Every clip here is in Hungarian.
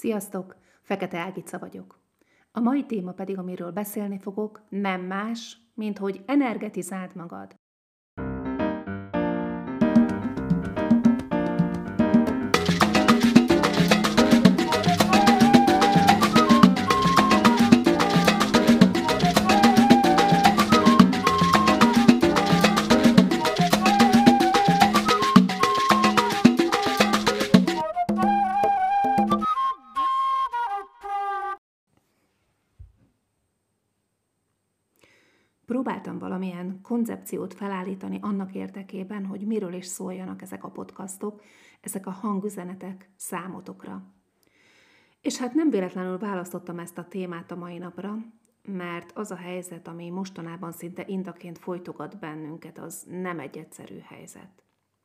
Sziasztok! Fekete Ágica vagyok. A mai téma pedig, amiről beszélni fogok, nem más, mint hogy energetizáld magad. Próbáltam valamilyen koncepciót felállítani annak érdekében, hogy miről is szóljanak ezek a podcastok, ezek a hangüzenetek számotokra. És hát nem véletlenül választottam ezt a témát a mai napra, mert az a helyzet, ami mostanában szinte indaként folytogat bennünket, az nem egy egyszerű helyzet.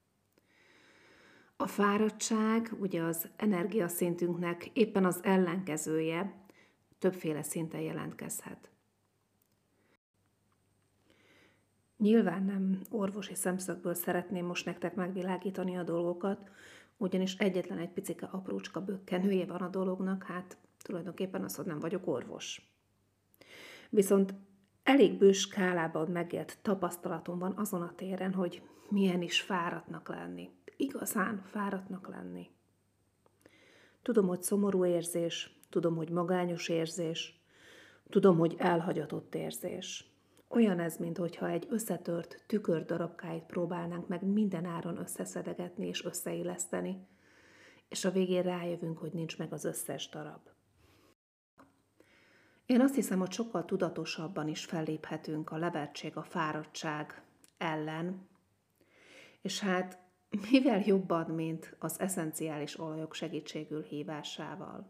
A fáradtság, ugye az energiaszintünknek éppen az ellenkezője, többféle szinten jelentkezhet. Nyilván nem orvosi szemszögből szeretném most nektek megvilágítani a dolgokat, ugyanis egyetlen egy picike aprócska bökkenője van a dolognak, hát tulajdonképpen az, hogy nem vagyok orvos. Viszont elég bős skálában megélt tapasztalatom van azon a téren, hogy milyen is fáradtnak lenni. Igazán fáradtnak lenni. Tudom, hogy szomorú érzés, tudom, hogy magányos érzés, tudom, hogy elhagyatott érzés. Olyan ez, mintha egy összetört tükördarabkáit próbálnánk meg minden áron összeszedegetni és összeilleszteni, és a végén rájövünk, hogy nincs meg az összes darab. Én azt hiszem, hogy sokkal tudatosabban is felléphetünk a levertség, a fáradtság ellen, és hát mivel jobban, mint az eszenciális olajok segítségül hívásával.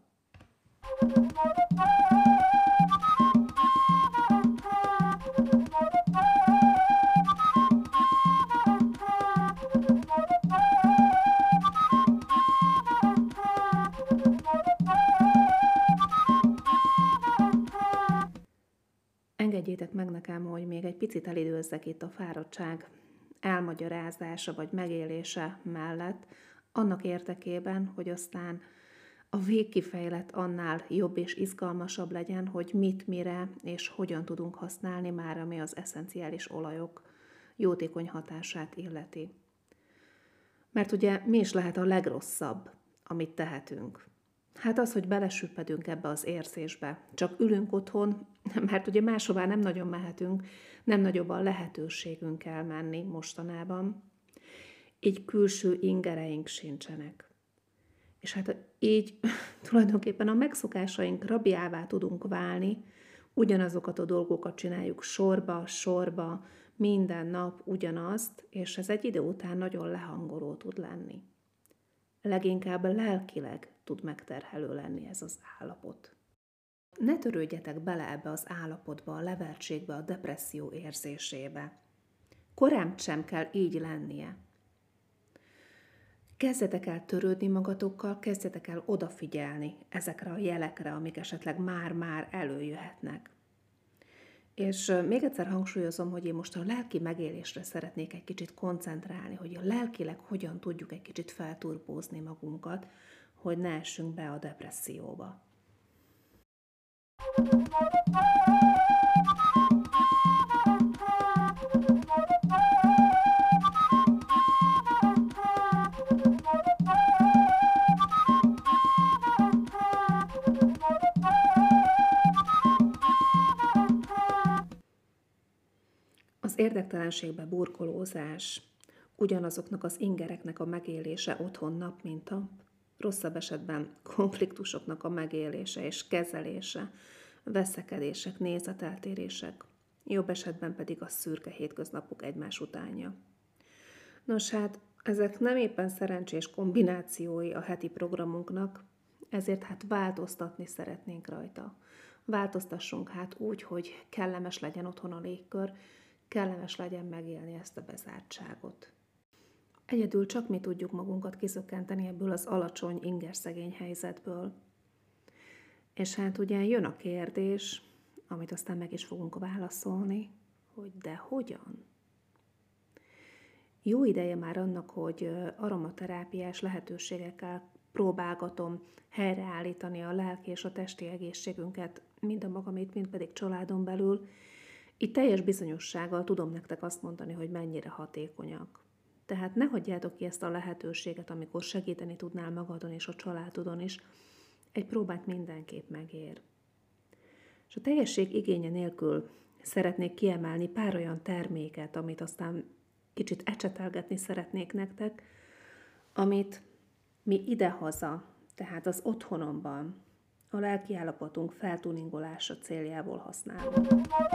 Engedjétek meg nekem, hogy még egy picit elidőzzek itt a fáradtság elmagyarázása vagy megélése mellett, annak érdekében, hogy aztán a végkifejlet annál jobb és izgalmasabb legyen, hogy mit, mire és hogyan tudunk használni már, ami az eszenciális olajok jótékony hatását illeti. Mert ugye mi is lehet a legrosszabb, amit tehetünk? Hát az, hogy belesüppedünk ebbe az érzésbe. Csak ülünk otthon, mert ugye máshová nem nagyon mehetünk, nem nagyobb a lehetőségünk elmenni mostanában. Így külső ingereink sincsenek. És hát így tulajdonképpen a megszokásaink rabjává tudunk válni, ugyanazokat a dolgokat csináljuk sorba, minden nap ugyanazt, és ez egy idő után nagyon lehangoló tud lenni. Leginkább lelkileg tud megterhelő lenni ez az állapot. Ne törődjetek bele ebbe az állapotba, a levertségbe, a depresszió érzésébe. Korán sem kell így lennie. Kezdjetek el törődni magatokkal, kezdjetek el odafigyelni ezekre a jelekre, amik esetleg már-már előjöhetnek. És még egyszer hangsúlyozom, hogy én most a lelki megélésre szeretnék egy kicsit koncentrálni, hogy a lelkileg hogyan tudjuk egy kicsit felturbózni magunkat, hogy ne essünk be a depresszióba. Az érdektelenségbe burkolózás, ugyanazoknak az ingereknek a megélése otthon nap mint nap, rosszabb esetben konfliktusoknak a megélése és kezelése, veszekedések, nézeteltérések, jobb esetben pedig a szürke hétköznapok egymás utánja. Nos hát, ezek nem éppen szerencsés kombinációi a heti programunknak, ezért hát változtatni szeretnénk rajta. Változtassunk hát úgy, hogy kellemes legyen otthon a légkör, kellemes legyen megélni ezt a bezártságot. Egyedül csak mi tudjuk magunkat kizökkenteni ebből az alacsony, ingerszegény helyzetből. És hát ugye jön a kérdés, amit aztán meg is fogunk válaszolni, hogy de hogyan? Jó ideje már annak, hogy aromaterápiás lehetőségekkel próbálgatom helyreállítani a lelki és a testi egészségünket, mind a magamét, mind pedig családon belül, itt teljes bizonyossággal tudom nektek azt mondani, hogy mennyire hatékonyak. Tehát ne hagyjátok ki ezt a lehetőséget, amikor segíteni tudnál magadon és a családodon is. Egy próbát mindenképp megér. És a teljesség igénye nélkül szeretnék kiemelni pár olyan terméket, amit aztán kicsit ecsetelgetni szeretnék nektek, amit mi idehaza, tehát az otthonomban, a lelkiállapotunk feltuningolása céljából használunk.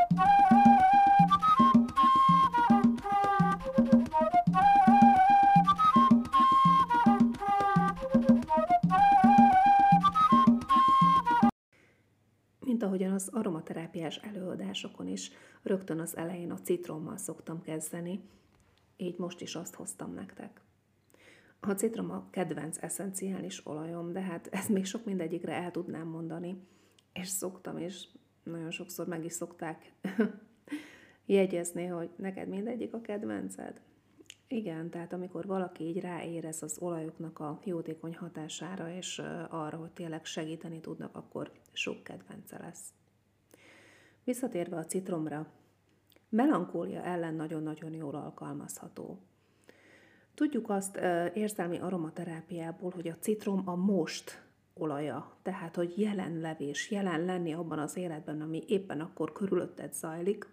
Mint ahogyan az aromaterápiás előadásokon is rögtön az elején a citrommal szoktam kezdeni, így most is azt hoztam nektek. A citrom a kedvenc eszenciális olajom, de hát ezt még sok mindegyikre el tudnám mondani, és szoktam, és nagyon sokszor meg is szokták jegyezni, hogy neked mindegyik a kedvenced. Igen, tehát amikor valaki így ráérez az olajoknak a jótékony hatására, és arra, hogy tényleg segíteni tudnak, akkor sok kedvence lesz. Visszatérve a citromra, melankólia ellen nagyon-nagyon jól alkalmazható. Tudjuk azt érzelmi aromaterápiából, hogy a citrom a most olaja, tehát hogy jelenlevés, jelen lenni abban az életben, ami éppen akkor körülötted zajlik.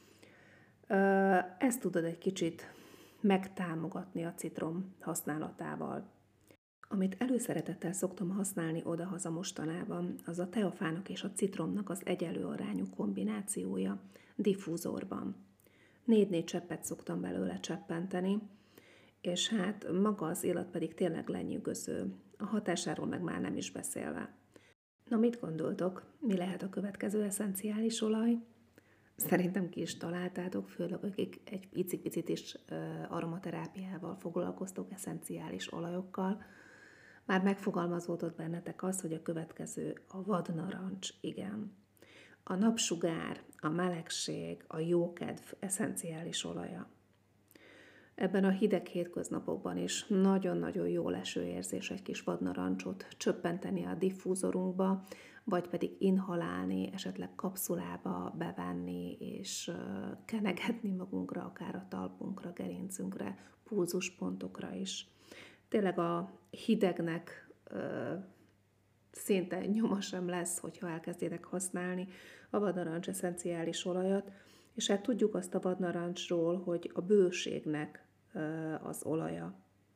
Ezt tudod egy kicsit megtámogatni a citrom használatával. Amit előszeretettel szoktam használni odahaza mostanában, az a teafának és a citromnak az egyenlő arányú kombinációja diffúzorban. 4-4 cseppet szoktam belőle cseppenteni, és hát maga az illat pedig tényleg lenyűgöző, a hatásáról meg már nem is beszélve. Na, mit gondoltok, mi lehet a következő eszenciális olaj? Szerintem ki is találtátok, főleg akik egy picit is aromaterápiával foglalkoztok, eszenciális olajokkal. Már megfogalmazódott bennetek az, hogy a következő a vadnarancs, igen. A napsugár, a melegség, a jókedv eszenciális olaja. Ebben a hideg hétköznapokban is nagyon-nagyon jó leső érzés egy kis vadnarancsot csöppenteni a diffúzorunkba, vagy pedig inhalálni, esetleg kapszulába bevenni, és kenegetni magunkra, akár a talpunkra, gerincünkre, pulzuspontokra is. Tényleg a hidegnek szinte nyoma sem lesz, hogyha elkezditek használni a vadnarancs eszenciális olajat, és hát tudjuk azt a vadnarancsról, hogy a bőségnek az olaja.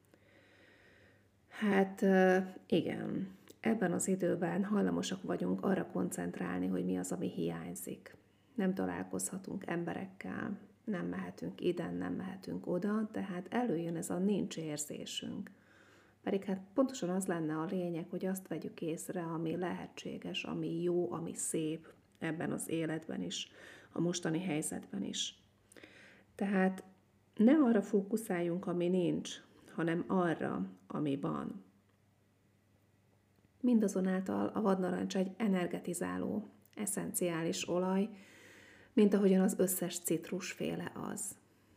Hát igen, ebben az időben hajlamosak vagyunk arra koncentrálni, hogy mi az, ami hiányzik. Nem találkozhatunk emberekkel, nem mehetünk ide, nem mehetünk oda, tehát előjön ez a nincs érzésünk. Pedig hát pontosan az lenne a lényeg, hogy azt vegyük észre, ami lehetséges, ami jó, ami szép ebben az életben is, a mostani helyzetben is. Tehát ne arra fókuszáljunk, ami nincs, hanem arra, ami van. Mindazonáltal a vadnarancs egy energetizáló, eszenciális olaj, mint ahogyan az összes citrusféle az.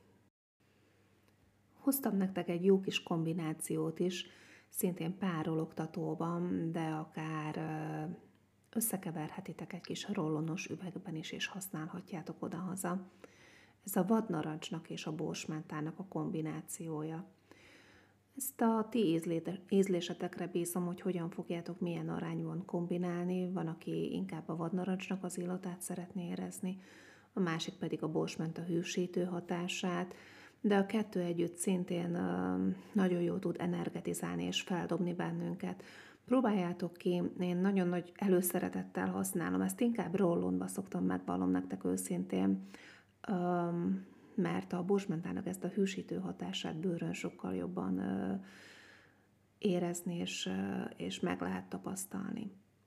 Hoztam nektek egy jó kis kombinációt is, szintén párologtatóban, de akár összekeverhetitek egy kis rollonos üvegben is, és használhatjátok odahaza. Ez a vadnarancsnak és a borsmentának a kombinációja. Ezt a ti ízlésetekre bízom, hogy hogyan fogjátok milyen arányúan kombinálni. Van, aki inkább a vadnarancsnak az illatát szeretné érezni, a másik pedig a borsmenta hűsítő hatását, de a kettő együtt szintén nagyon jól tud energetizálni és feldobni bennünket. Próbáljátok ki, én nagyon nagy előszeretettel használom, ezt inkább rollonba szoktam, megvallom nektek őszintén, mert a borsmentának ezt a hűsítő hatását bőrön sokkal jobban érezni és meg lehet tapasztalni.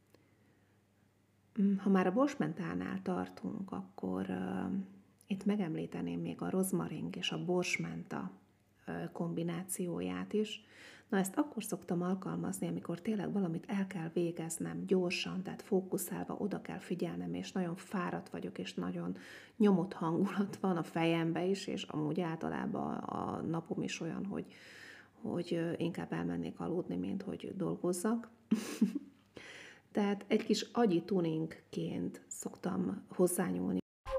Ha már a borsmentánál tartunk, akkor itt megemlíteném még a rozmaring és a borsmenta kombinációját is. Na, ezt akkor szoktam alkalmazni, amikor tényleg valamit el kell végeznem gyorsan, tehát fókuszálva oda kell figyelnem, és nagyon fáradt vagyok, és nagyon nyomott hangulat van a fejembe is, és amúgy általában a napom is olyan, hogy inkább elmennék aludni, mint hogy dolgozzak. Tehát egy kis agyi tuningként szoktam hozzányúlni.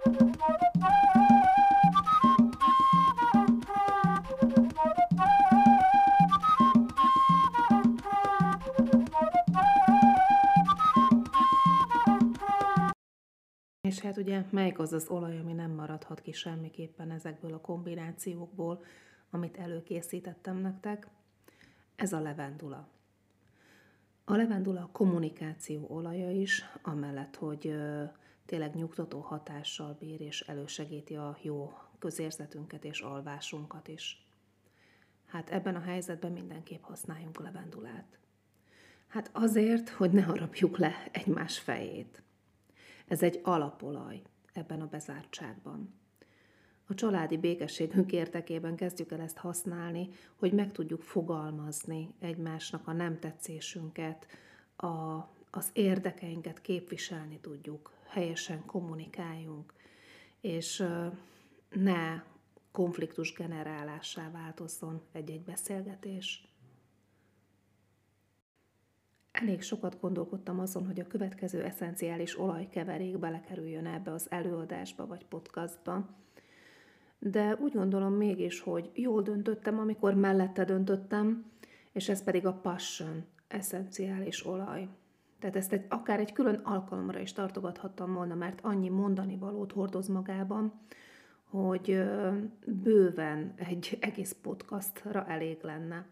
És hát ugye melyik az az olaj, ami nem maradhat ki semmiképpen ezekből a kombinációkból, amit előkészítettem nektek? Ez a levendula. A levendula a kommunikáció olaja is, amellett, hogy tényleg nyugtató hatással bír, és elősegíti a jó közérzetünket és alvásunkat is. Hát ebben a helyzetben mindenképp használjunk levendulát. Hát azért, hogy ne harapjuk le egymás fejét. Ez egy alapolaj ebben a bezártságban. A családi békességünk érdekében kezdjük el ezt használni, hogy meg tudjuk fogalmazni egymásnak a nem tetszésünket, az érdekeinket képviselni tudjuk, helyesen kommunikáljunk, és ne konfliktus generálássá változzon egy-egy beszélgetés. Elég sokat gondolkodtam azon, hogy a következő eszenciális olajkeverék belekerüljön ebbe az előadásba vagy podcastba, de úgy gondolom mégis, hogy jól döntöttem, amikor mellette döntöttem, és ez pedig a Passion eszenciális olaj. Tehát ezt akár egy külön alkalomra is tartogathattam volna, mert annyi mondani valót hordoz magában, hogy bőven egy egész podcastra elég lenne.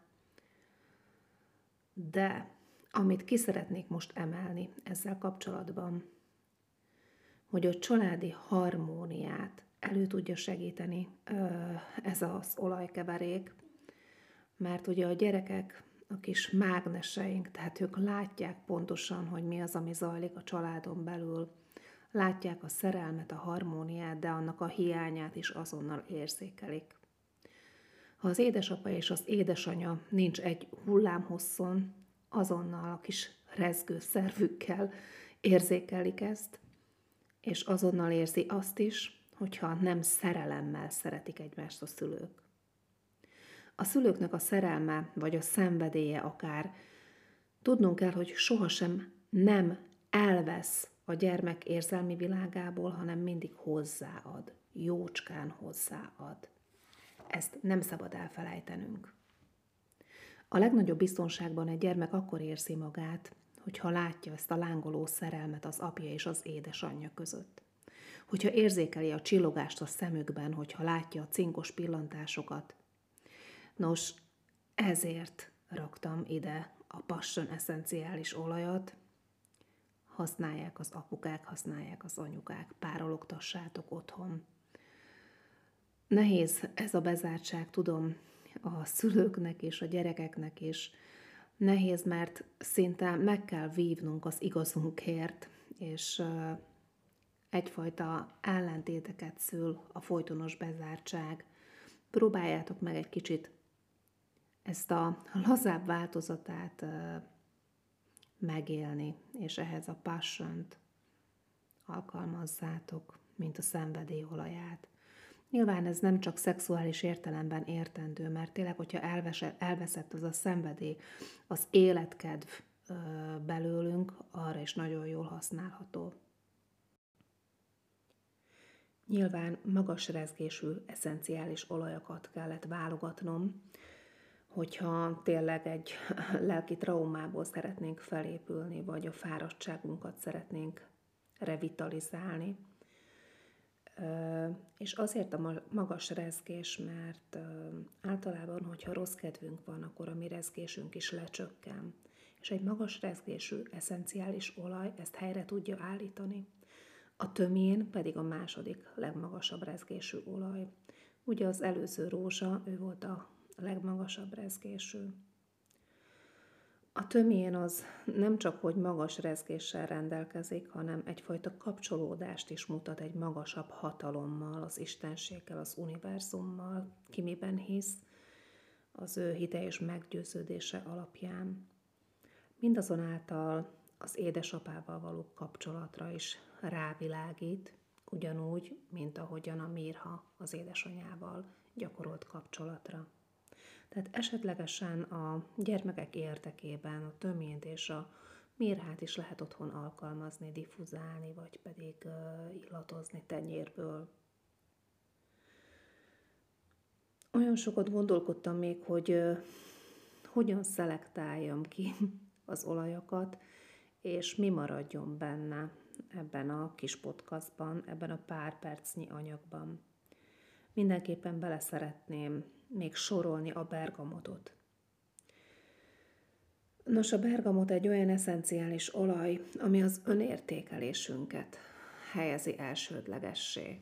De amit ki szeretnék most emelni ezzel kapcsolatban, hogy a családi harmóniát elő tudja segíteni ez az olajkeverék, mert ugye a gyerekek, a kis mágneseink, tehát ők látják pontosan, hogy mi az, ami zajlik a családon belül, látják a szerelmet, a harmóniát, de annak a hiányát is azonnal érzékelik. Ha az édesapa és az édesanya nincs egy hullámhosszon, azonnal a kis rezgő szervükkel érzékelik ezt, és azonnal érzi azt is, hogyha nem szerelemmel szeretik egymást a szülők. A szülőknek a szerelme, vagy a szenvedélye akár, tudnunk kell, hogy sohasem nem elvesz a gyermek érzelmi világából, hanem mindig hozzáad, jócskán hozzáad. Ezt nem szabad elfelejtenünk. A legnagyobb biztonságban egy gyermek akkor érzi magát, hogyha látja ezt a lángoló szerelmet az apja és az édesanyja között. Hogyha érzékeli a csillogást a szemükben, hogyha látja a cinkos pillantásokat. Nos, ezért raktam ide a Passion eszenciális olajat. Használják az apukák, használják az anyukák, párologtassátok otthon. Nehéz ez a bezártság, tudom, a szülőknek és a gyerekeknek is. Nehéz, mert szinte meg kell vívnunk az igazunkért, és egyfajta ellentéteket szül a folytonos bezártság. Próbáljátok meg egy kicsit ezt a lazább változatát megélni, és ehhez a Passion-t alkalmazzátok, mint a szenvedélyolaját. Nyilván ez nem csak szexuális értelemben értendő, mert tényleg, hogyha elveszett az a szenvedély, az életkedv belőlünk, arra is nagyon jól használható. Nyilván magas rezgésű eszenciális olajakat kellett válogatnom, hogyha tényleg egy lelki traumából szeretnénk felépülni, vagy a fáradtságunkat szeretnénk revitalizálni. És azért a magas rezgés, mert általában, hogyha rossz kedvünk van, akkor a mi rezgésünk is lecsökken. És egy magas rezgésű eszenciális olaj ezt helyre tudja állítani. A tömjén pedig a második legmagasabb rezgésű olaj. Ugye az előző rózsa, ő volt a legmagasabb rezgésű. A tömjén az nem csak, hogy magas rezgéssel rendelkezik, hanem egyfajta kapcsolódást is mutat egy magasabb hatalommal, az istenséggel, az univerzummal, ki miben hisz, az ő hite és meggyőződése alapján. Mindazonáltal az édesapával való kapcsolatra is rávilágít, ugyanúgy, mint ahogyan a Mirha az édesanyával gyakorolt kapcsolatra. Tehát esetlegesen a gyermekek érdekében a töményt és a mirhát is lehet otthon alkalmazni, diffuzálni, vagy pedig illatozni tenyérből. Olyan sokat gondolkodtam még, hogy hogyan szelektáljam ki az olajakat, és mi maradjon benne ebben a kis podcastban, ebben a pár percnyi anyagban. Mindenképpen bele szeretném még sorolni a bergamotot. Nos, a bergamot egy olyan eszenciális olaj, ami az önértékelésünket helyezi elsődlegessé.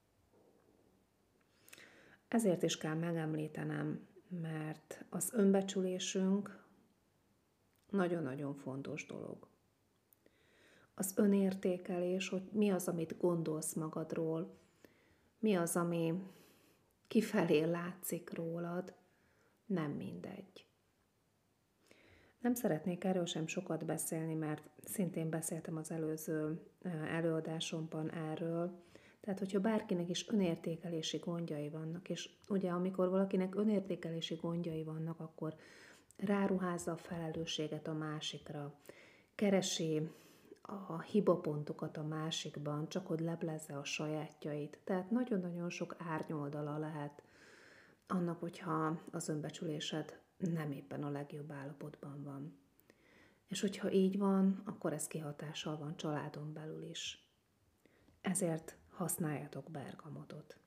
Ezért is kell megemlítenem, mert az önbecsülésünk nagyon-nagyon fontos dolog. Az önértékelés, hogy mi az, amit gondolsz magadról, mi az, ami kifelé látszik rólad, nem mindegy. Nem szeretnék erről sem sokat beszélni, mert szintén beszéltem az előző előadásomban erről. Tehát, hogyha bárkinek is önértékelési gondjai vannak, és ugye amikor valakinek önértékelési gondjai vannak, akkor ráruházza a felelősséget a másikra, keresi a hibapontokat a másikban, csak hogy leplezze a sajátjait. Tehát nagyon-nagyon sok árnyoldala lehet annak, hogyha az önbecsülésed nem éppen a legjobb állapotban van. És hogyha így van, akkor ez kihatással van családon belül is. Ezért használjatok bergamotot.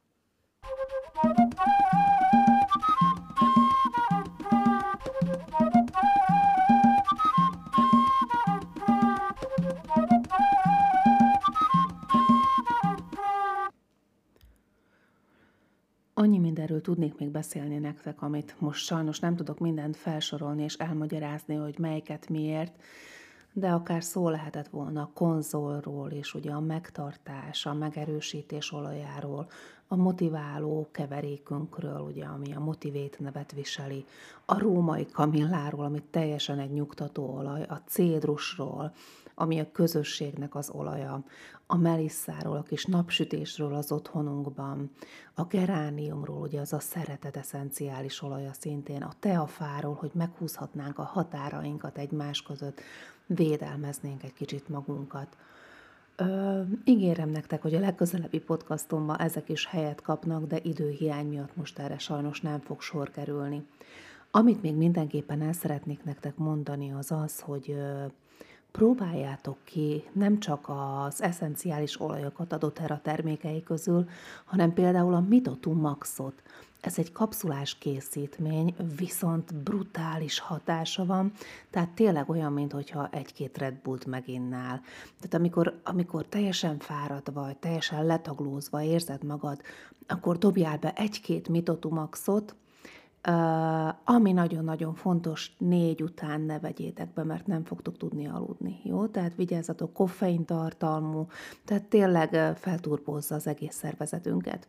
Annyi mindenről tudnék még beszélni nektek, amit most sajnos nem tudok mindent felsorolni és elmagyarázni, hogy melyiket miért, de akár szó lehetett volna a konzolról, és ugye a megtartás, a megerősítés olajáról, a motiváló keverékünkről, ugye, ami a Motivate nevet viseli, a római kamilláról, ami teljesen egy nyugtató olaj, a cédrusról, ami a közösségnek az olaja, a melisszáról, a kis napsütésről az otthonunkban, a gerániumról, ugye az a szeretet eszenciális olaja szintén, a teafáról, hogy meghúzhatnánk a határainkat egymás között, védelmeznénk egy kicsit magunkat. Ígérem nektek, hogy a legközelebbi podcastomban ezek is helyet kapnak, de időhiány miatt most erre sajnos nem fog sor kerülni. Amit még mindenképpen el szeretnék nektek mondani, az az, hogy próbáljátok ki nem csak az eszenciális olajokat a doTERRA termékei közül, hanem például a Mitotum Maxot. Ez egy kapszulás készítmény, viszont brutális hatása van, tehát tényleg olyan, mintha egy-két Red Bullt meginnál. Tehát amikor teljesen fáradt vagy, teljesen letaglózva érzed magad, akkor dobjál be egy-két Mitotum Maxot, ami nagyon-nagyon fontos, 4 után ne vegyétek be, mert nem fogtok tudni aludni, jó? Tehát vigyázzatok, koffeintartalmú, tehát tényleg felturbózza az egész szervezetünket.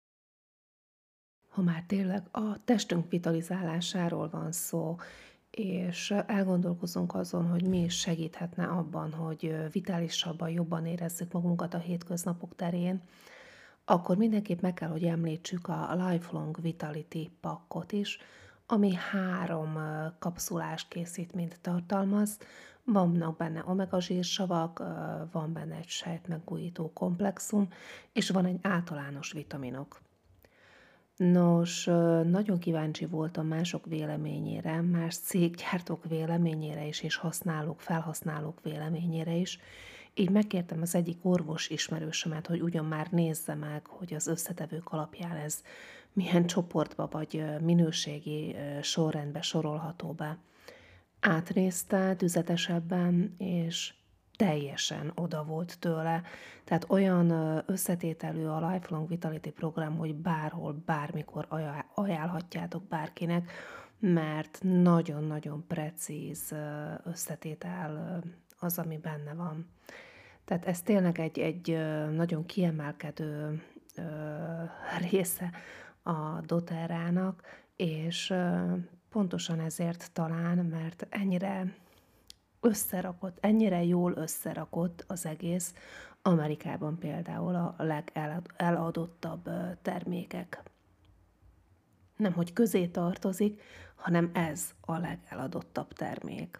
Ha már tényleg a testünk vitalizálásáról van szó, és elgondolkozunk azon, hogy mi is segíthetne abban, hogy vitálisabban, jobban érezzük magunkat a hétköznapok terén, akkor mindenképp meg kell, hogy említsük a Lifelong Vitality pakkot is, ami 3 kapszulás készítményt tartalmaz. Vannak benne omega zsírsavak, van benne egy sejtmegújító komplexum, és van egy általános vitaminok. Nos, nagyon kíváncsi voltam mások véleményére, más céggyártók véleményére is, és felhasználók véleményére is. Így megkértem az egyik orvos ismerősömet, hogy ugyan már nézze meg, hogy az összetevők alapján ez milyen csoportba vagy minőségi sorrendbe sorolható be. Átnézte tüzetesebben, és teljesen oda volt tőle. Tehát olyan összetételű a Lifelong Vitality program, hogy bárhol, bármikor ajánlhatjátok bárkinek, mert nagyon-nagyon precíz összetétel az, ami benne van. Tehát ez tényleg egy nagyon kiemelkedő része a doTERRA-nak, és pontosan ezért talán, mert ennyire jól összerakott az egész, Amerikában például a legeladottabb termékek. Nem, hogy közé tartozik, hanem ez a legeladottabb termék.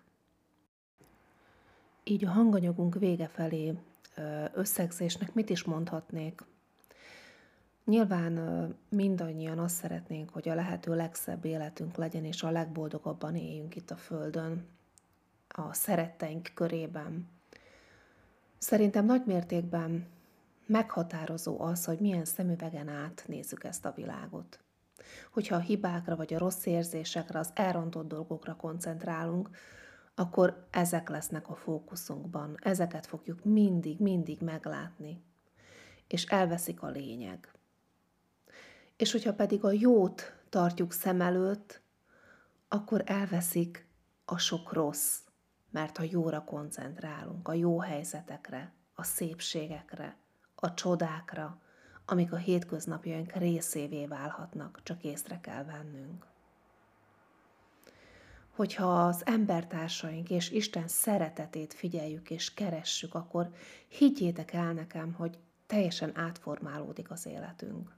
Így a hanganyagunk vége felé összegzésnek mit is mondhatnék? Nyilván mindannyian azt szeretnénk, hogy a lehető legszebb életünk legyen, és a legboldogabban éljünk itt a Földön, a szeretteink körében. Szerintem nagy mértékben meghatározó az, hogy milyen szemüvegen át nézzük ezt a világot. Hogyha a hibákra vagy a rossz érzésekre, az elrontott dolgokra koncentrálunk, akkor ezek lesznek a fókuszunkban. Ezeket fogjuk mindig meglátni. És elveszik a lényeg. És hogyha pedig a jót tartjuk szem előtt, akkor elveszik a sok rossz, mert a jóra koncentrálunk, a jó helyzetekre, a szépségekre, a csodákra, amik a hétköznapjaink részévé válhatnak, csak észre kell vennünk. Hogyha az embertársaink és Isten szeretetét figyeljük és keressük, akkor higgyétek el nekem, hogy teljesen átformálódik az életünk.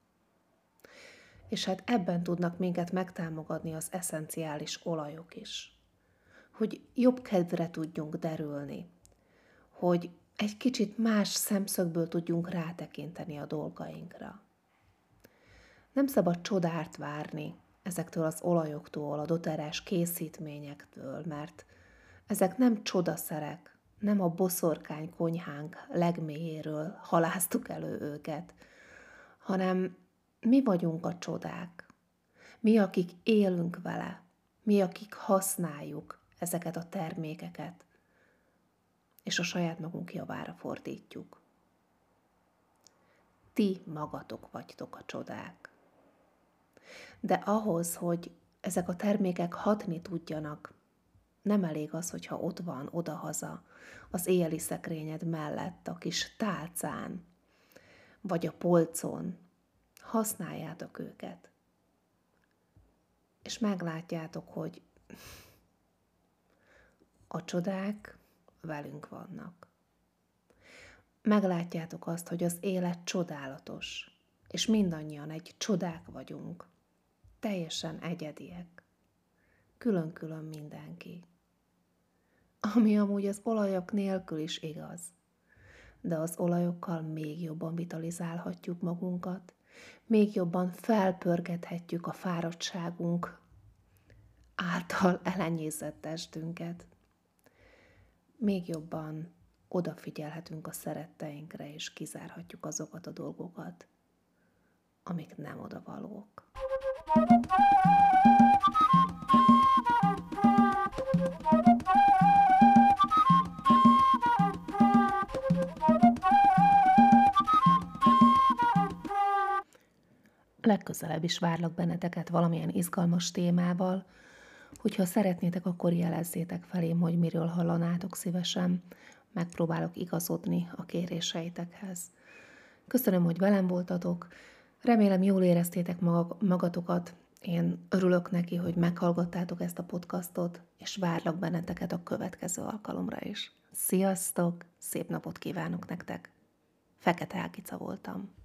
És hát ebben tudnak minket megtámogatni az eszenciális olajok is. Hogy jobb kedvre tudjunk derülni, hogy egy kicsit más szemszögből tudjunk rátekinteni a dolgainkra. Nem szabad csodát várni ezektől az olajoktól, a doterás készítményektől, mert ezek nem csodaszerek, nem a boszorkány konyhánk legmélyéről haláztuk elő őket, hanem mi vagyunk a csodák. Mi, akik élünk vele, mi, akik használjuk ezeket a termékeket, és a saját magunk javára fordítjuk. Ti magatok vagytok a csodák. De ahhoz, hogy ezek a termékek hatni tudjanak, nem elég az, hogyha ott van odahaza az éjjeli szekrényed mellett, a kis tálcán, vagy a polcon. Használjátok őket. És meglátjátok, hogy a csodák velünk vannak. Meglátjátok azt, hogy az élet csodálatos, és mindannyian egy csodák vagyunk. Teljesen egyediek. Külön-külön mindenki. Ami amúgy az olajok nélkül is igaz. De az olajokkal még jobban vitalizálhatjuk magunkat, még jobban felpörgethetjük a fáradtságunk által elenyészett testünket. Még jobban odafigyelhetünk a szeretteinkre, és kizárhatjuk azokat a dolgokat, amik nem odavalók. Legközelebb is várlak benneteket valamilyen izgalmas témával. Hogyha szeretnétek, akkor jelezzétek felém, hogy miről hallanátok szívesen. Megpróbálok igazodni a kéréseitekhez. Köszönöm, hogy velem voltatok. Remélem, jól éreztétek magatokat. Én örülök neki, hogy meghallgattátok ezt a podcastot, és várlak benneteket a következő alkalomra is. Sziasztok! Szép napot kívánok nektek! Fekete Ágica voltam.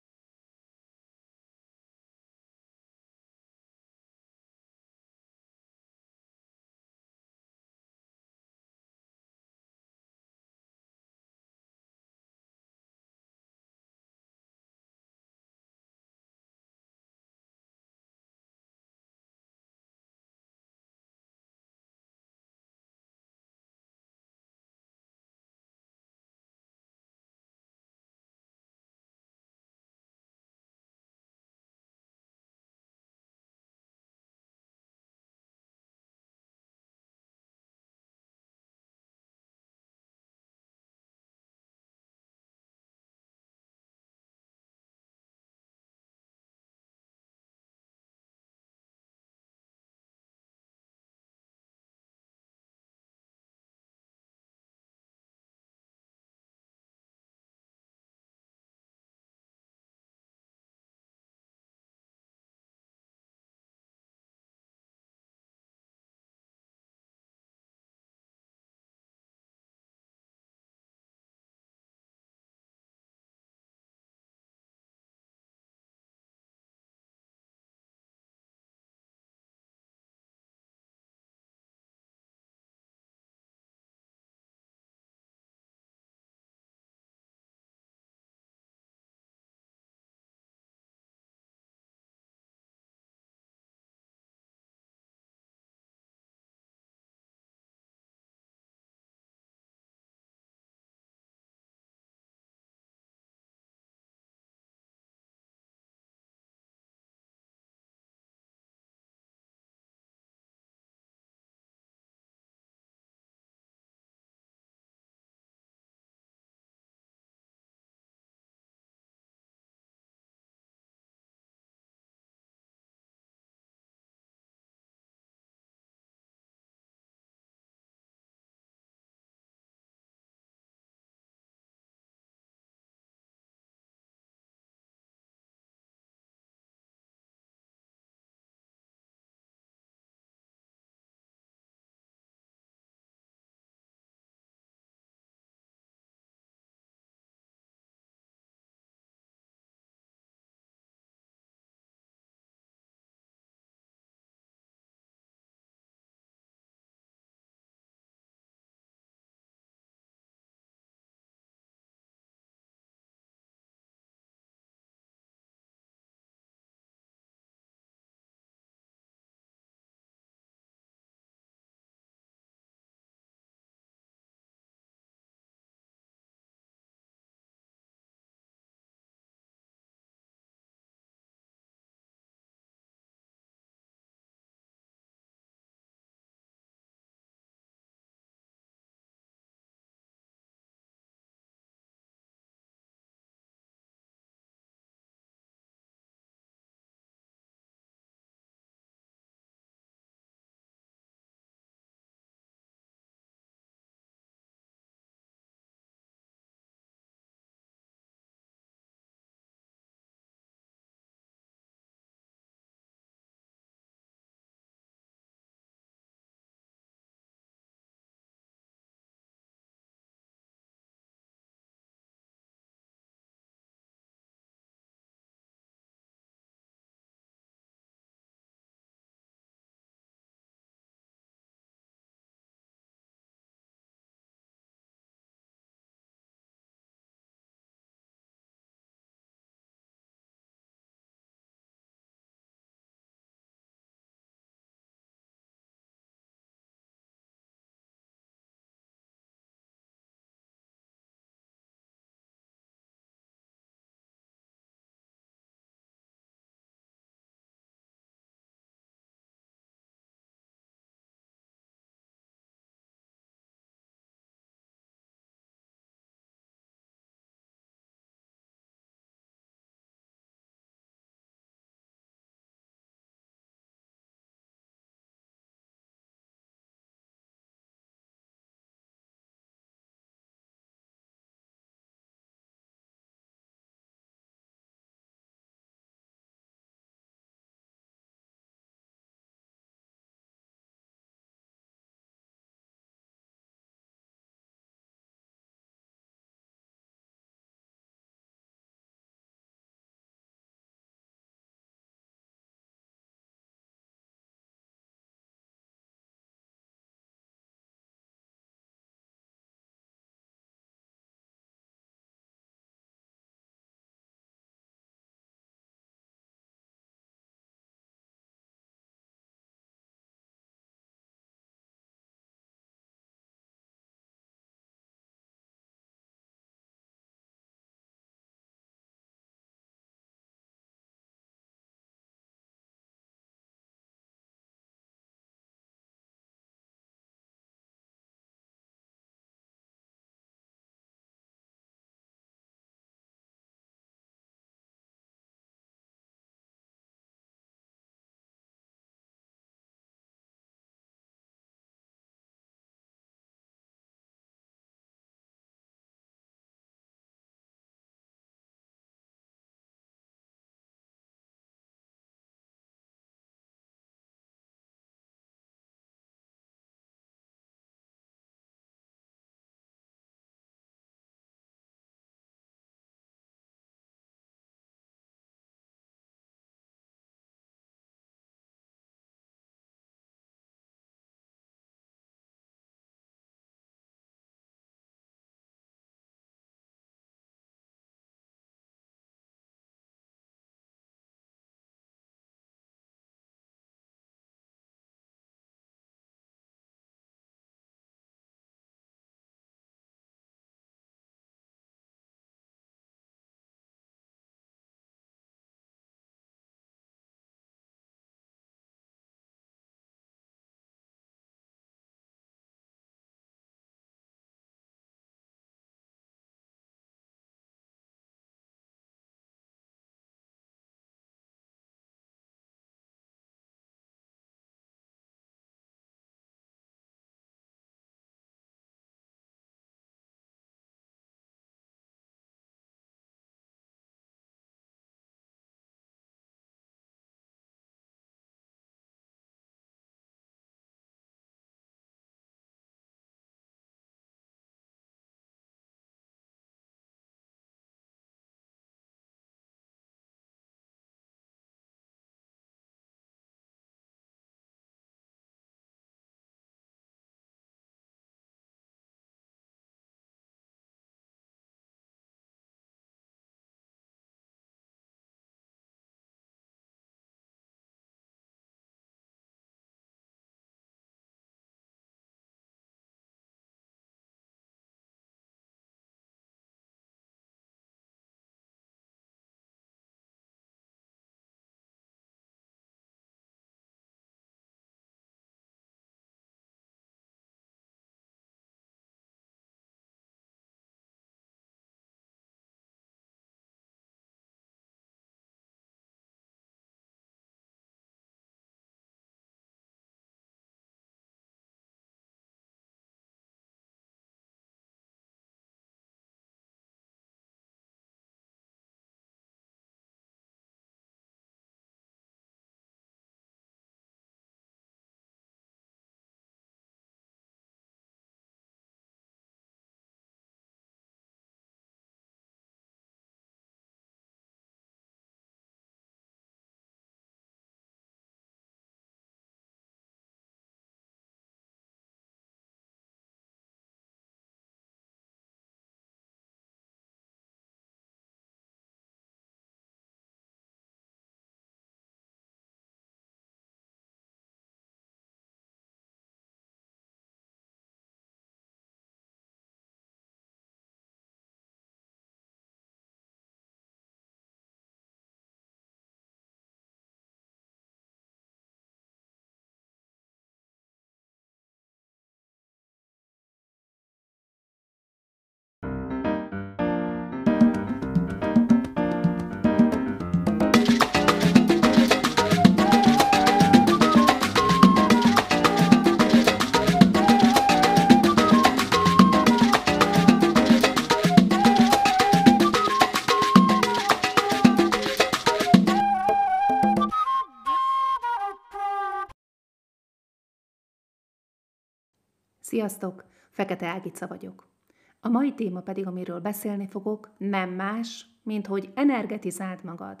Sziasztok! Fekete Ágica vagyok. A mai téma pedig, amiről beszélni fogok, nem más, mint hogy energetizáld magad.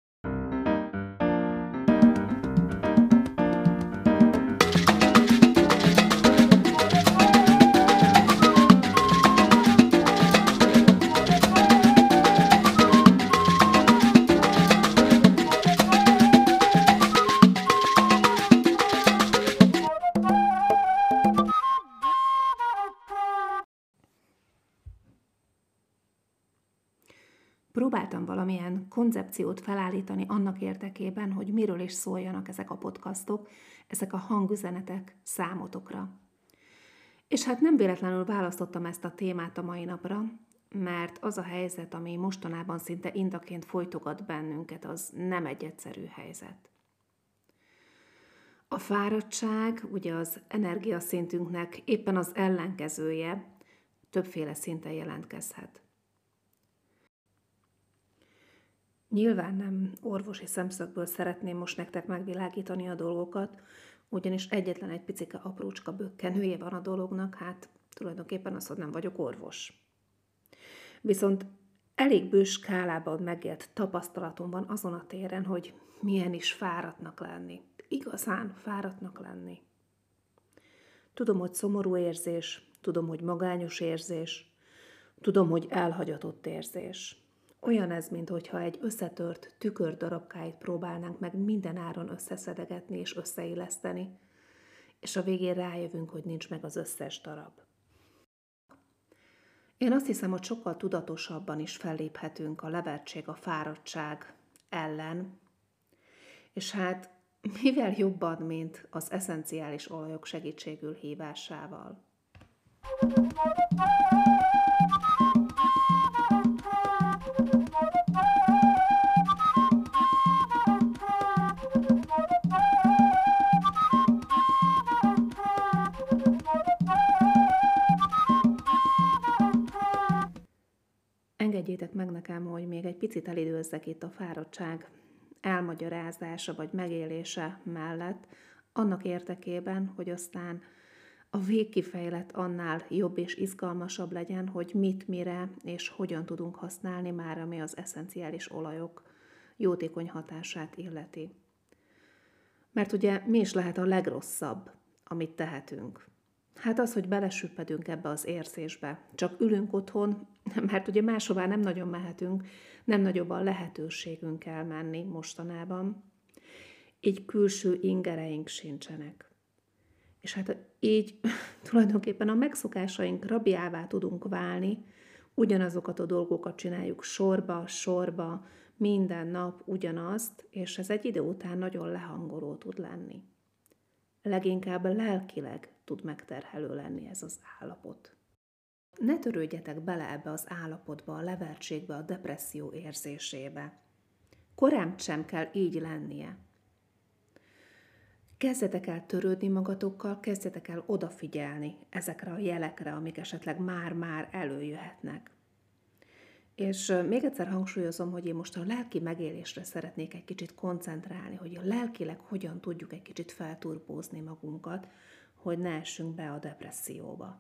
Próbáltam valamilyen koncepciót felállítani annak érdekében, hogy miről is szóljanak ezek a podcastok, ezek a hangüzenetek számotokra. És hát nem véletlenül választottam ezt a témát a mai napra, mert az a helyzet, ami mostanában szinte indaként folytogat bennünket, az nem egy egyszerű helyzet. A fáradtság, ugye az energiaszintünknek éppen az ellenkezője, többféle szinten jelentkezhet. Nyilván nem orvosi szemszögből szeretném most nektek megvilágítani a dolgokat, ugyanis egyetlen egy picike aprócska bökkenője van a dolognak, hát tulajdonképpen az, hogy nem vagyok orvos. Viszont elég bős skálában megélt tapasztalatom van azon a téren, hogy milyen is fáradtnak lenni. Igazán fáradtnak lenni. Tudom, hogy szomorú érzés, tudom, hogy magányos érzés, tudom, hogy elhagyatott érzés. Olyan ez, mintha egy összetört tükördarabkáit próbálnánk meg minden áron összeszedegetni és összeilleszteni, és a végén rájövünk, hogy nincs meg az összes darab. Én azt hiszem, hogy sokkal tudatosabban is felléphetünk a levertség, a fáradtság ellen, és hát mivel jobban, mint az eszenciális olajok segítségül hívásával. Engedjétek meg nekem, hogy még egy picit elidőzzek itt a fáradtság elmagyarázása vagy megélése mellett, annak érdekében, hogy aztán a végkifejlet annál jobb és izgalmasabb legyen, hogy mit, mire és hogyan tudunk használni már, ami az eszenciális olajok jótékony hatását illeti. Mert ugye mi is lehet a legrosszabb, amit tehetünk? Hát az, hogy belesüppedünk ebbe az érzésbe. Csak ülünk otthon, mert ugye máshová nem nagyon mehetünk, nem nagyobb a lehetőségünk elmenni mostanában. Így külső ingereink sincsenek. És hát így tulajdonképpen a megszokásaink rabjává tudunk válni, ugyanazokat a dolgokat csináljuk sorba, minden nap ugyanazt, és ez egy idő után nagyon lehangoló tud lenni. Leginkább lelkileg tud megterhelő lenni ez az állapot. Ne törődjetek bele ebbe az állapotba, a levertségbe, a depresszió érzésébe. Korán sem kell így lennie. Kezdjetek el törődni magatokkal, kezdjetek el odafigyelni ezekre a jelekre, amik esetleg már-már előjöhetnek. És még egyszer hangsúlyozom, hogy én most a lelki megélésre szeretnék egy kicsit koncentrálni, hogy a lelkileg hogyan tudjuk egy kicsit felturbózni magunkat, hogy ne essünk be a depresszióba.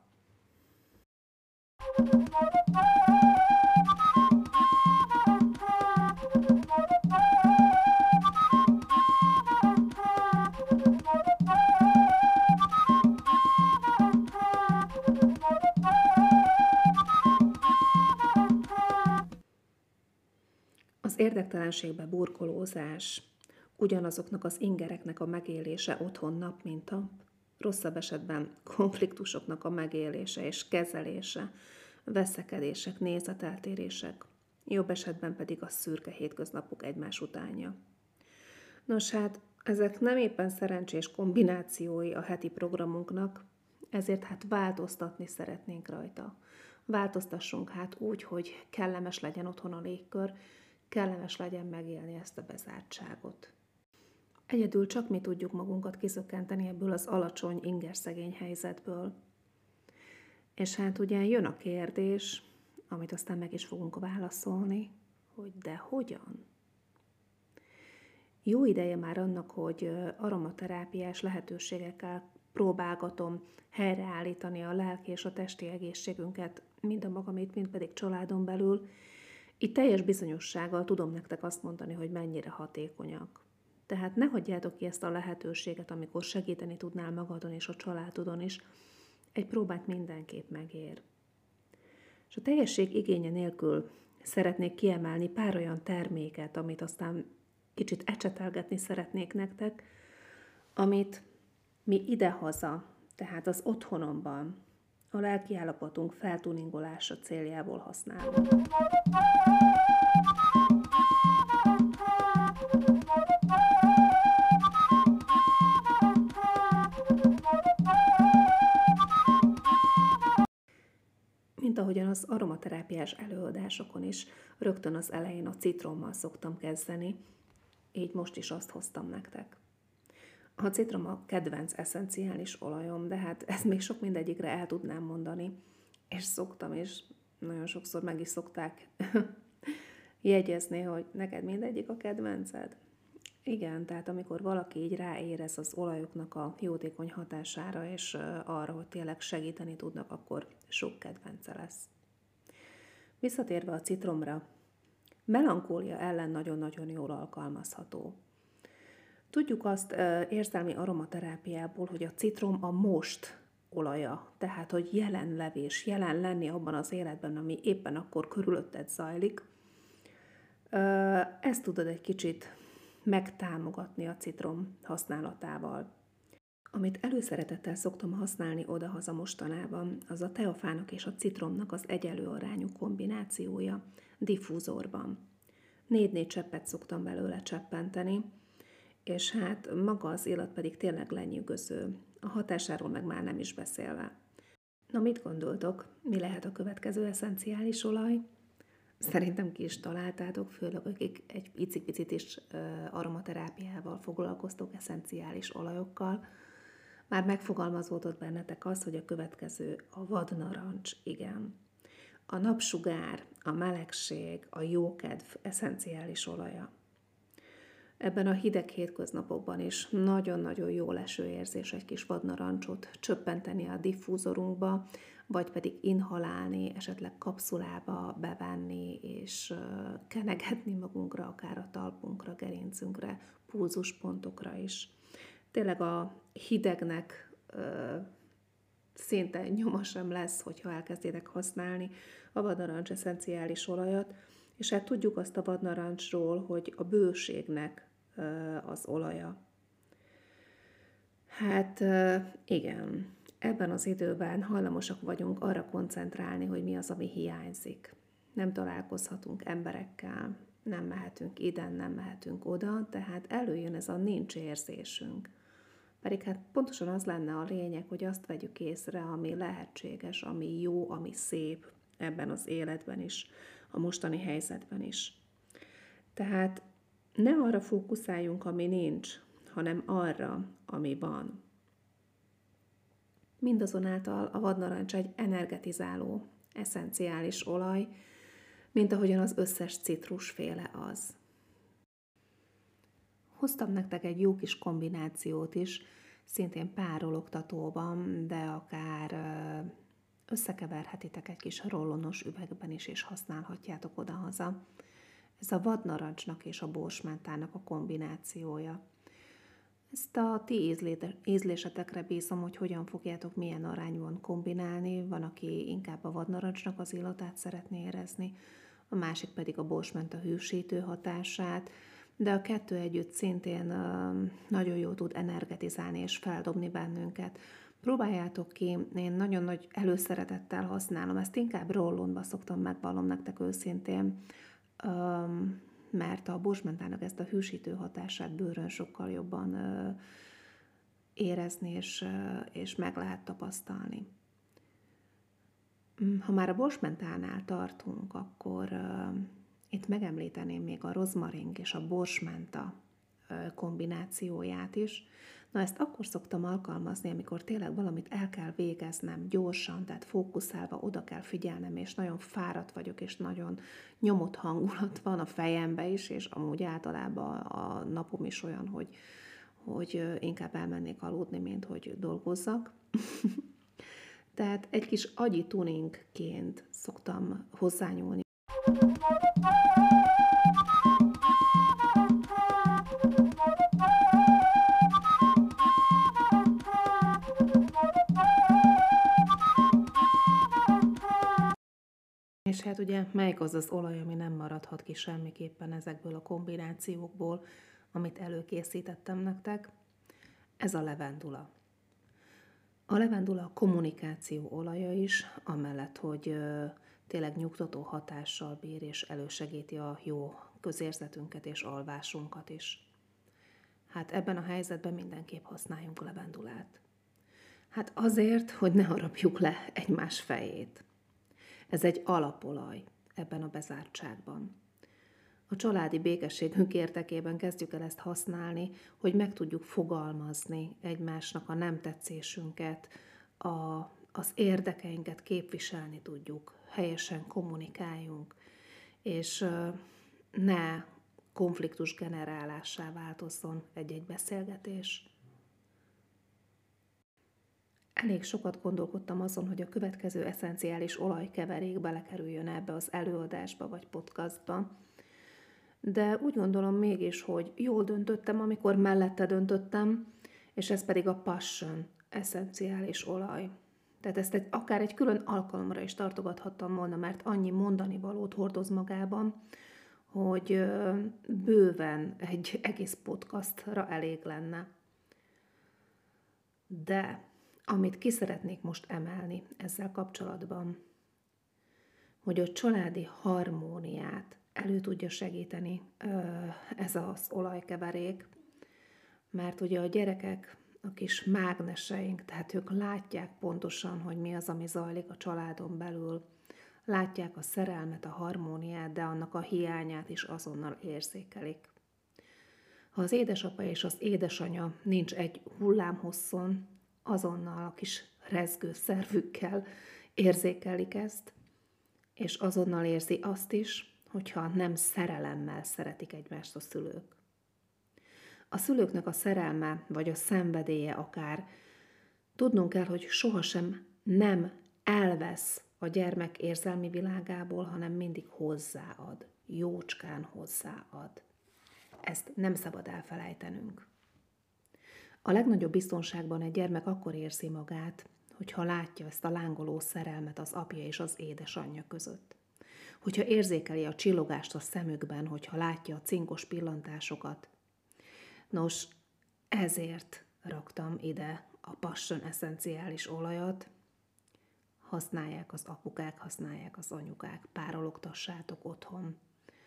Az érdektelenségbe burkolózás, ugyanazoknak az ingereknek a megélése otthon nap mint nap, rosszabb esetben konfliktusoknak a megélése és kezelése, veszekedések, nézeteltérések, jobb esetben pedig a szürke hétköznapok egymás utánja. Nos hát, ezek nem éppen szerencsés kombinációi a heti programunknak, ezért hát változtatni szeretnénk rajta. Változtassunk hát úgy, hogy kellemes legyen otthon a légkör, kellemes legyen megélni ezt a bezártságot. Egyedül csak mi tudjuk magunkat kizökkenteni ebből az alacsony, ingerszegény helyzetből. És hát ugye jön a kérdés, amit aztán meg is fogunk válaszolni, hogy de hogyan? Jó ideje már annak, hogy aromaterápiás lehetőségekkel próbálgatom helyreállítani a lelki és a testi egészségünket, mind a magamét, mind pedig családon belül, itt teljes bizonyossággal tudom nektek azt mondani, hogy mennyire hatékonyak. Tehát ne hagyjátok ki ezt a lehetőséget, amikor segíteni tudnál magadon és a családodon is. Egy próbát mindenképp megér. És a teljesség igénye nélkül szeretnék kiemelni pár olyan terméket, amit aztán kicsit ecsetelgetni szeretnék nektek, amit mi idehaza, tehát az otthonomban, a lelkiállapotunk feltuningolása céljából használunk. Mint ahogyan az aromaterápiás előadásokon is rögtön az elején a citrommal szoktam kezdeni, így most is azt hoztam nektek. A citrom a kedvenc eszenciális olajom, de hát ezt még sok mindegyikre el tudnám mondani, és szoktam, és nagyon sokszor meg is szokták jegyezni, hogy neked mindegyik a kedvenced. Igen, tehát amikor valaki így ráérez az olajoknak a jótékony hatására, és arra, hogy tényleg segíteni tudnak, akkor sok kedvence lesz. Visszatérve a citromra, melankólia ellen nagyon-nagyon jól alkalmazható. Tudjuk azt érzelmi aromaterápiából, hogy a citrom a most olaja, tehát hogy jelenlevés, jelen lenni abban az életben, ami éppen akkor körülötted zajlik. Ezt tudod egy kicsit megtámogatni a citrom használatával. Amit előszeretettel szoktam használni odahaza mostanában, az a teafának és a citromnak az egyenlő arányú kombinációja diffúzorban. 4-4 cseppet szoktam belőle cseppenteni, és hát maga az illat pedig tényleg lenyűgöző, a hatásáról meg már nem is beszélve. Na, mit gondoltok, mi lehet a következő eszenciális olaj? Szerintem ki is találtátok, főleg akik egy picit is aromaterápiával foglalkoztok, eszenciális olajokkal. Már megfogalmazódott bennetek az, hogy a következő a vadnarancs, igen. A napsugár, a melegség, a jókedv eszenciális olaja. Ebben a hideg hétköznapokban is nagyon-nagyon jó leső érzés egy kis vadnarancsot csöppenteni a diffúzorunkba, vagy pedig inhalálni, esetleg kapszulába bevenni, és kenegetni magunkra, akár a talpunkra, gerincünkre, pulzuspontokra is. Tényleg a hidegnek szinte nyoma sem lesz, hogyha elkezditek használni a vadnarancs eszenciális olajat, és hát tudjuk azt a vadnarancsról, hogy a bőségnek az olaja. Hát igen, ebben az időben hajlamosak vagyunk arra koncentrálni, hogy mi az, ami hiányzik. Nem találkozhatunk emberekkel, nem mehetünk ide, nem mehetünk oda, tehát előjön ez a nincs érzésünk. Pedig hát pontosan az lenne a lényeg, hogy azt vegyük észre, ami lehetséges, ami jó, ami szép ebben az életben is, a mostani helyzetben is. Tehát ne arra fókuszáljunk, ami nincs, hanem arra, ami van. Mindazonáltal a vadnarancs egy energetizáló, eszenciális olaj, mint ahogyan az összes citrusféle az. Hoztam nektek egy jó kis kombinációt is, szintén párologtatóban, de akár összekeverhetitek egy kis rollonos üvegben is, és használhatjátok odahaza. Ez a vadnarancsnak és a borsmentának a kombinációja. Ezt a ti ízlésetekre bízom, hogy hogyan fogjátok milyen arányban kombinálni. Van, aki inkább a vadnarancsnak az illatát szeretné érezni, a másik pedig a borsmenta hűsítő hatását, de a kettő együtt szintén nagyon jól tud energetizálni és feldobni bennünket. Próbáljátok ki, én nagyon nagy előszeretettel használom, ezt inkább rollonba szoktam, megvallom nektek őszintén, mert a borsmentának ezt a hűsítő hatását bőrön sokkal jobban érezni és meg lehet tapasztalni. Ha már a borsmentánál tartunk, akkor itt megemlíteném még a rozmaring és a borsmenta kombinációját is. Na, ezt akkor szoktam alkalmazni, amikor tényleg valamit el kell végeznem gyorsan, tehát fókuszálva oda kell figyelnem, és nagyon fáradt vagyok, és nagyon nyomott hangulat van a fejembe is, és amúgy általában a napom is olyan, hogy inkább elmennék aludni, mint hogy dolgozzak. Tehát egy kis agyi tuningként szoktam hozzányúlni. És hát ugye melyik az az olaj, ami nem maradhat ki semmiképpen ezekből a kombinációkból, amit előkészítettem nektek? Ez a levendula. A levendula a kommunikáció olaja is, amellett, hogy tényleg nyugtató hatással bír, és elősegíti a jó közérzetünket és alvásunkat is. Hát ebben a helyzetben mindenképp használjunk levendulát. Hát azért, hogy ne harapjuk le egymás fejét. Ez egy alapolaj ebben a bezártságban. A családi békességünk érdekében kezdjük el ezt használni, hogy meg tudjuk fogalmazni egymásnak a nem tetszésünket, az érdekeinket képviselni tudjuk, helyesen kommunikáljunk, és ne konfliktus generálássá változzon egy-egy beszélgetés. Elég sokat gondolkodtam azon, hogy a következő eszenciális olajkeverék belekerüljön ebbe az előadásba vagy podcastba, de úgy gondolom mégis, hogy jól döntöttem, amikor mellette döntöttem, és ez pedig a Passion eszenciális olaj. Tehát ezt akár egy külön alkalomra is tartogathattam volna, mert annyi mondani valót hordoz magában, hogy bőven egy egész podcastra elég lenne. De amit ki szeretnék most emelni ezzel kapcsolatban, hogy a családi harmóniát elő tudja segíteni ez az olajkeverék, mert ugye a gyerekek, a kis mágneseink, tehát ők látják pontosan, hogy mi az, ami zajlik a családon belül, látják a szerelmet, a harmóniát, de annak a hiányát is azonnal érzékelik. Ha az édesapa és az édesanya nincs egy hullámhosszon, azonnal a kis rezgő szervükkel érzékelik ezt, és azonnal érzi azt is, hogyha nem szerelemmel szeretik egymást a szülők. A szülőknek a szerelme, vagy a szenvedélye akár, tudnunk kell, hogy sohasem nem elvesz a gyermek érzelmi világából, hanem mindig hozzáad, jócskán hozzáad. Ezt nem szabad elfelejtenünk. A legnagyobb biztonságban egy gyermek akkor érzi magát, hogyha látja ezt a lángoló szerelmet az apja és az édesanyja között. Hogyha érzékeli a csillogást a szemükben, hogyha látja a cinkos pillantásokat. Nos, ezért raktam ide a Passion eszenciális olajat. Használják az apukák, használják az anyukák, párologtassátok otthon.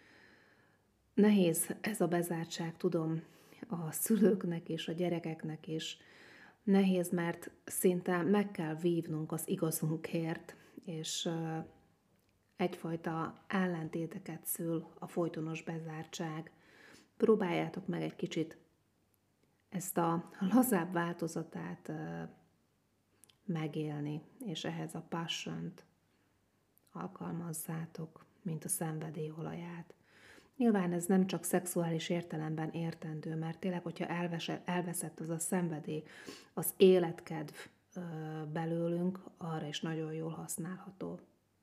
Nehéz ez a bezártság, tudom, a szülőknek és a gyerekeknek is. Nehéz, mert szinte meg kell vívnunk az igazunkért, és egyfajta ellentéteket szül a folytonos bezártság. Próbáljátok meg egy kicsit ezt a lazább változatát megélni, és ehhez a Passion-t alkalmazzátok, mint a szenvedélyolaját. Nyilván ez nem csak szexuális értelemben értendő, mert tényleg, hogyha elveszett az a szenvedély, az életkedv belőlünk, arra is nagyon jól használható.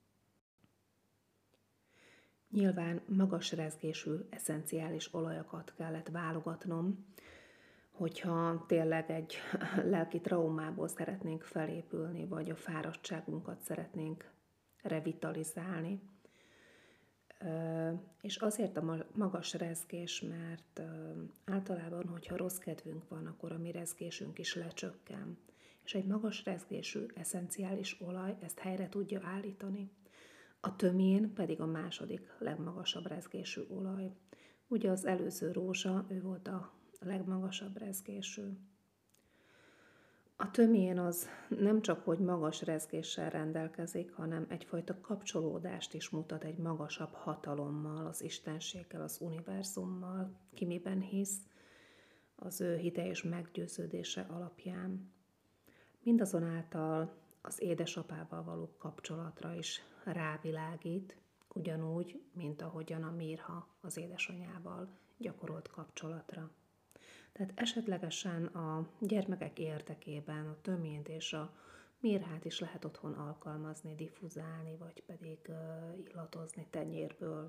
Nyilván magas rezgésű eszenciális olajakat kellett válogatnom, hogyha tényleg egy lelki traumából szeretnénk felépülni, vagy a fáradtságunkat szeretnénk revitalizálni. És azért a magas rezgés, mert általában, hogyha rossz kedvünk van, akkor a mi rezgésünk is lecsökken. És egy magas rezgésű eszenciális olaj ezt helyre tudja állítani. A tömjén pedig a második legmagasabb rezgésű olaj. Ugye az előző rózsa, ő volt a legmagasabb rezgésű. A tömjén az nem csak, hogy magas rezgéssel rendelkezik, hanem egyfajta kapcsolódást is mutat egy magasabb hatalommal, az istenséggel, az univerzummal, ki miben hisz, az ő hite és meggyőződése alapján. Mindazonáltal az édesapával való kapcsolatra is rávilágít, ugyanúgy, mint ahogyan a Mirha az édesanyával gyakorolt kapcsolatra. Tehát esetlegesen a gyermekek érdekében a töményt és a mirhát is lehet otthon alkalmazni, diffuzálni, vagy pedig illatozni tenyérből.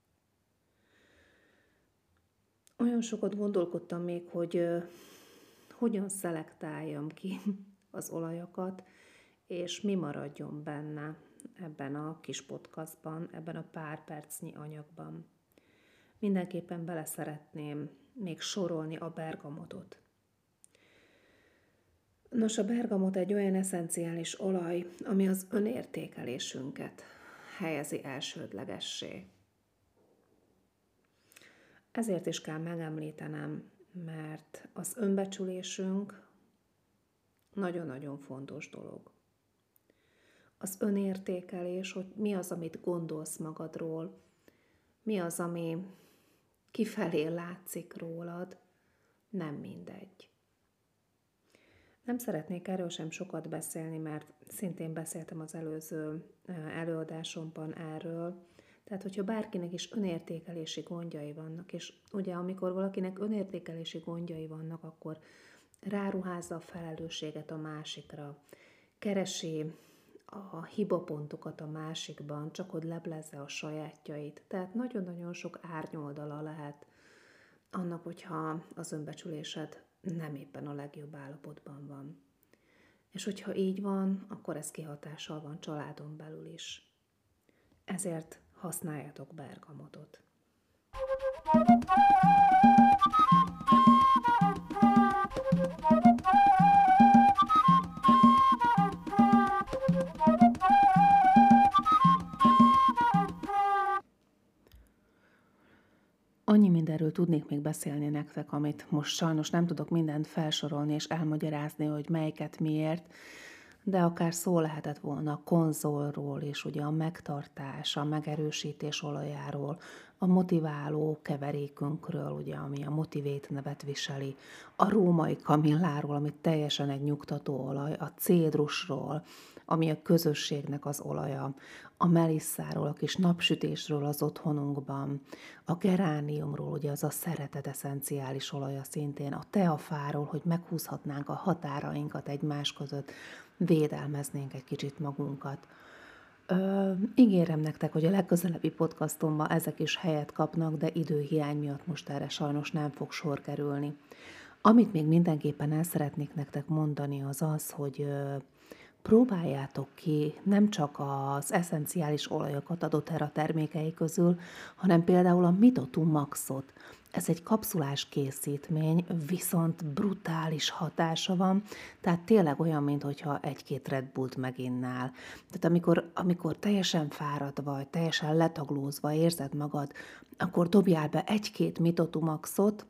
Olyan sokat gondolkodtam még, hogy hogyan szelektáljam ki az olajakat, és mi maradjon benne ebben a kis podcastban, ebben a pár percnyi anyagban. Mindenképpen bele szeretném még sorolni a bergamotot. Nos, a bergamot egy olyan eszenciális olaj, ami az önértékelésünket helyezi elsődlegessé. Ezért is kell megemlítenem, mert az önbecsülésünk nagyon-nagyon fontos dolog. Az önértékelés, hogy mi az, amit gondolsz magadról, mi az, ami kifelé látszik rólad, nem mindegy. Nem szeretnék erről sem sokat beszélni, mert szintén beszéltem az előző előadásomban erről. Tehát, hogyha bárkinek is önértékelési gondjai vannak, és ugye amikor valakinek önértékelési gondjai vannak, akkor ráruházza a felelősséget a másikra, keresi a hibapontokat a másikban, csak hogy leblezze a sajátjait. Tehát nagyon-nagyon sok árnyoldala lehet annak, hogyha az önbecsülésed nem éppen a legjobb állapotban van. És hogyha így van, akkor ez kihatással van családon belül is. Ezért használjatok bergamotot. Annyi mindenről tudnék még beszélni nektek, amit most sajnos nem tudok mindent felsorolni és elmagyarázni, hogy melyiket miért, de akár szó lehetett volna a konzolról és ugye a megtartás, a megerősítés olajáról, a motiváló keverékünkről, ugye, ami a Motivate nevet viseli, a római kamilláról, ami teljesen egy nyugtató olaj, a cédrusról, ami a közösségnek az olaja, a melisszáról, a kis napsütésről az otthonunkban, a gerániumról, ugye az a szeretet eszenciális olaja szintén, a teafáról, hogy meghúzhatnánk a határainkat egymás között, védelmeznénk egy kicsit magunkat. Ígérem nektek, hogy a legközelebbi podcastomban ezek is helyet kapnak, de időhiány miatt most erre sajnos nem fog sor kerülni. Amit még mindenképpen el szeretnék nektek mondani, az az, hogy próbáljátok ki nem csak az eszenciális olajokat a doTERRA termékei közül, hanem például a Mitotum Maxot. Ez egy kapszulás készítmény, viszont brutális hatása van, tehát tényleg olyan, mintha egy-két Red Bullt meginnál. Tehát amikor teljesen fáradt vagy, teljesen letaglózva érzed magad, akkor dobjál be egy-két Mitotum Maxot,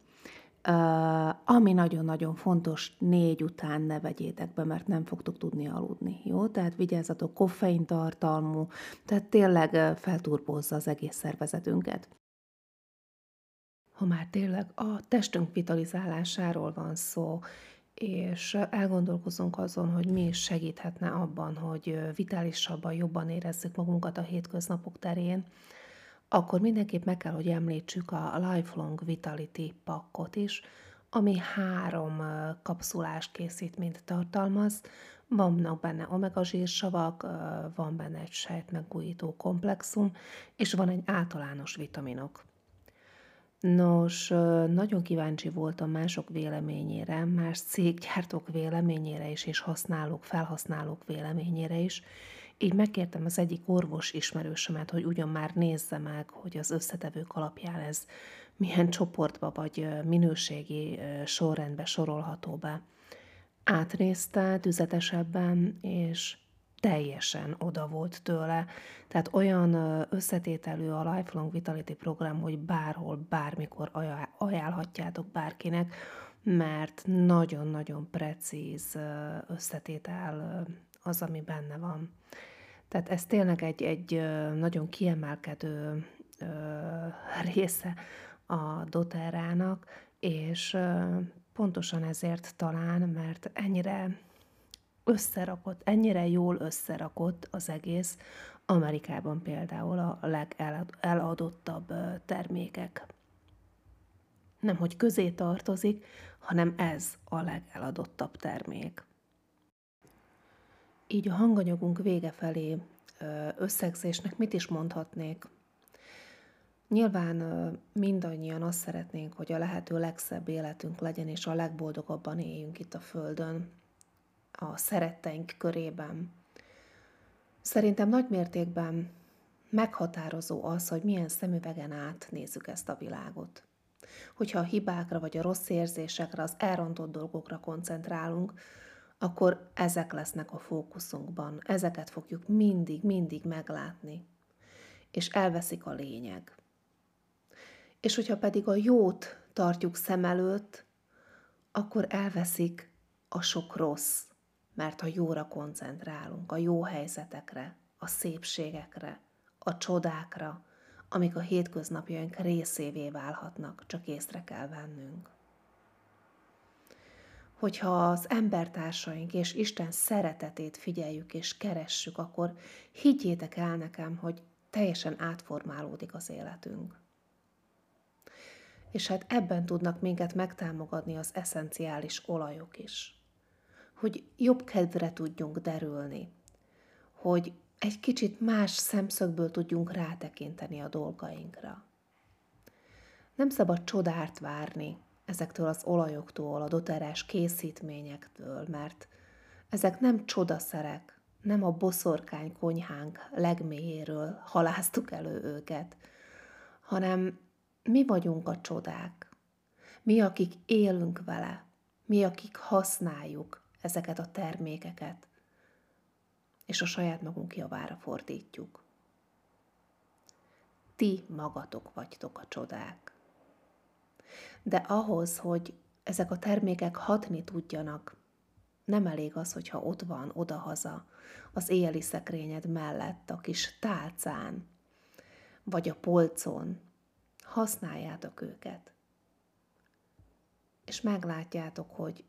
ami nagyon-nagyon fontos, 4 után ne vegyétek be, mert nem fogtok tudni aludni, jó? Tehát vigyázzatok, koffeintartalmú, tehát tényleg felturbózza az egész szervezetünket. Ha már tényleg a testünk vitalizálásáról van szó, és elgondolkozunk azon, hogy mi is segíthetne abban, hogy vitálisabban, jobban érezzük magunkat a hétköznapok terén, akkor mindenképp meg kell, hogy említsük a Lifelong Vitality pakkot is, ami 3 kapszulás készítményt tartalmaz. Vannak benne omega zsírsavak, van benne egy sejtmegújító komplexum, és van egy általános vitaminok. Nos, nagyon kíváncsi voltam mások véleményére, más céggyártók véleményére is, és felhasználók véleményére is. Így megkértem az egyik orvos ismerősömet, hogy ugyan már nézze meg, hogy az összetevők alapján ez milyen csoportba vagy minőségi sorrendbe sorolható be. Átnézte tüzetesebben, és teljesen oda volt tőle. Tehát olyan összetételű a Lifelong Vitality program, hogy bárhol, bármikor ajánlhatjátok bárkinek, mert nagyon-nagyon precíz összetétel az, ami benne van. Tehát ez tényleg egy nagyon kiemelkedő része a doTERRA-nak, és pontosan ezért talán, mert ennyire jól összerakott az egész, Amerikában például a legeladottabb termékek. Nem, hogy közé tartozik, hanem ez a legeladottabb termék. Így a hanganyagunk vége felé összegzésnek mit is mondhatnék? Nyilván mindannyian azt szeretnénk, hogy a lehető legszebb életünk legyen, és a legboldogabban éljünk itt a Földön, a szeretteink körében. Szerintem nagy mértékben meghatározó az, hogy milyen szemüvegen át nézzük ezt a világot. Hogyha a hibákra vagy a rossz érzésekre, az elrontott dolgokra koncentrálunk, akkor ezek lesznek a fókuszunkban. Ezeket fogjuk mindig meglátni. És elveszik a lényeg. És hogyha pedig a jót tartjuk szem előtt, akkor elveszik a sok rossz, mert a jóra koncentrálunk, a jó helyzetekre, a szépségekre, a csodákra, amik a hétköznapjaink részévé válhatnak, csak észre kell vennünk. Hogyha az embertársaink és Isten szeretetét figyeljük és keressük, akkor higgyétek el nekem, hogy teljesen átformálódik az életünk. És hát ebben tudnak minket megtámogatni az eszenciális olajok is. Hogy jobb kedvre tudjunk derülni, hogy egy kicsit más szemszögből tudjunk rátekinteni a dolgainkra. Nem szabad csodát várni ezektől az olajoktól, a doterás készítményektől, mert ezek nem csodaszerek, nem a boszorkány konyhánk legmélyéről haláztuk elő őket, hanem mi vagyunk a csodák. Mi, akik élünk vele, mi, akik használjuk ezeket a termékeket, és a saját magunk javára fordítjuk. Ti magatok vagytok a csodák. De ahhoz, hogy ezek a termékek hatni tudjanak, nem elég az, hogyha ott van odahaza az éjjeli szekrényed mellett, a kis tálcán, vagy a polcon. Használjátok őket. És meglátjátok, hogy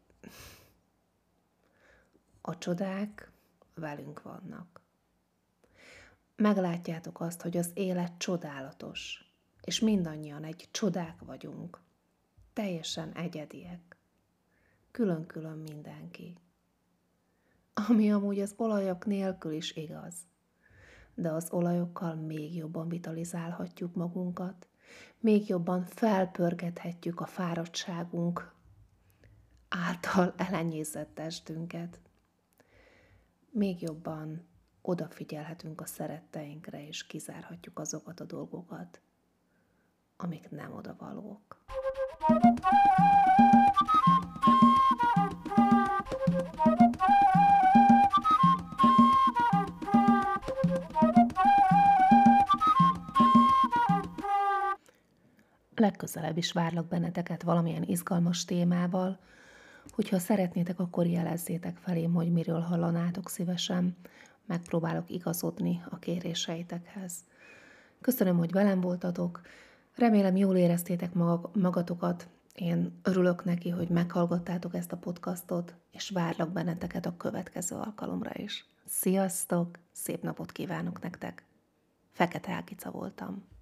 a csodák velünk vannak. Meglátjátok azt, hogy az élet csodálatos, és mindannyian egy csodák vagyunk. Teljesen egyediek. Külön-külön mindenki. Ami amúgy az olajok nélkül is igaz. De az olajokkal még jobban vitalizálhatjuk magunkat, még jobban felpörgethetjük a fáradtságunk által elenyészett testünket. Még jobban odafigyelhetünk a szeretteinkre, és kizárhatjuk azokat a dolgokat, amik nem odavalók. Legközelebb is várlak benneteket valamilyen izgalmas témával. Hogyha szeretnétek, akkor jelezzétek felém, hogy miről hallanátok szívesen. Megpróbálok igazodni a kéréseitekhez. Köszönöm, hogy velem voltatok. Remélem, jól éreztétek magatokat. Én örülök neki, hogy meghallgattátok ezt a podcastot, és várlak benneteket a következő alkalomra is. Sziasztok! Szép napot kívánok nektek! Fekete Ágica voltam.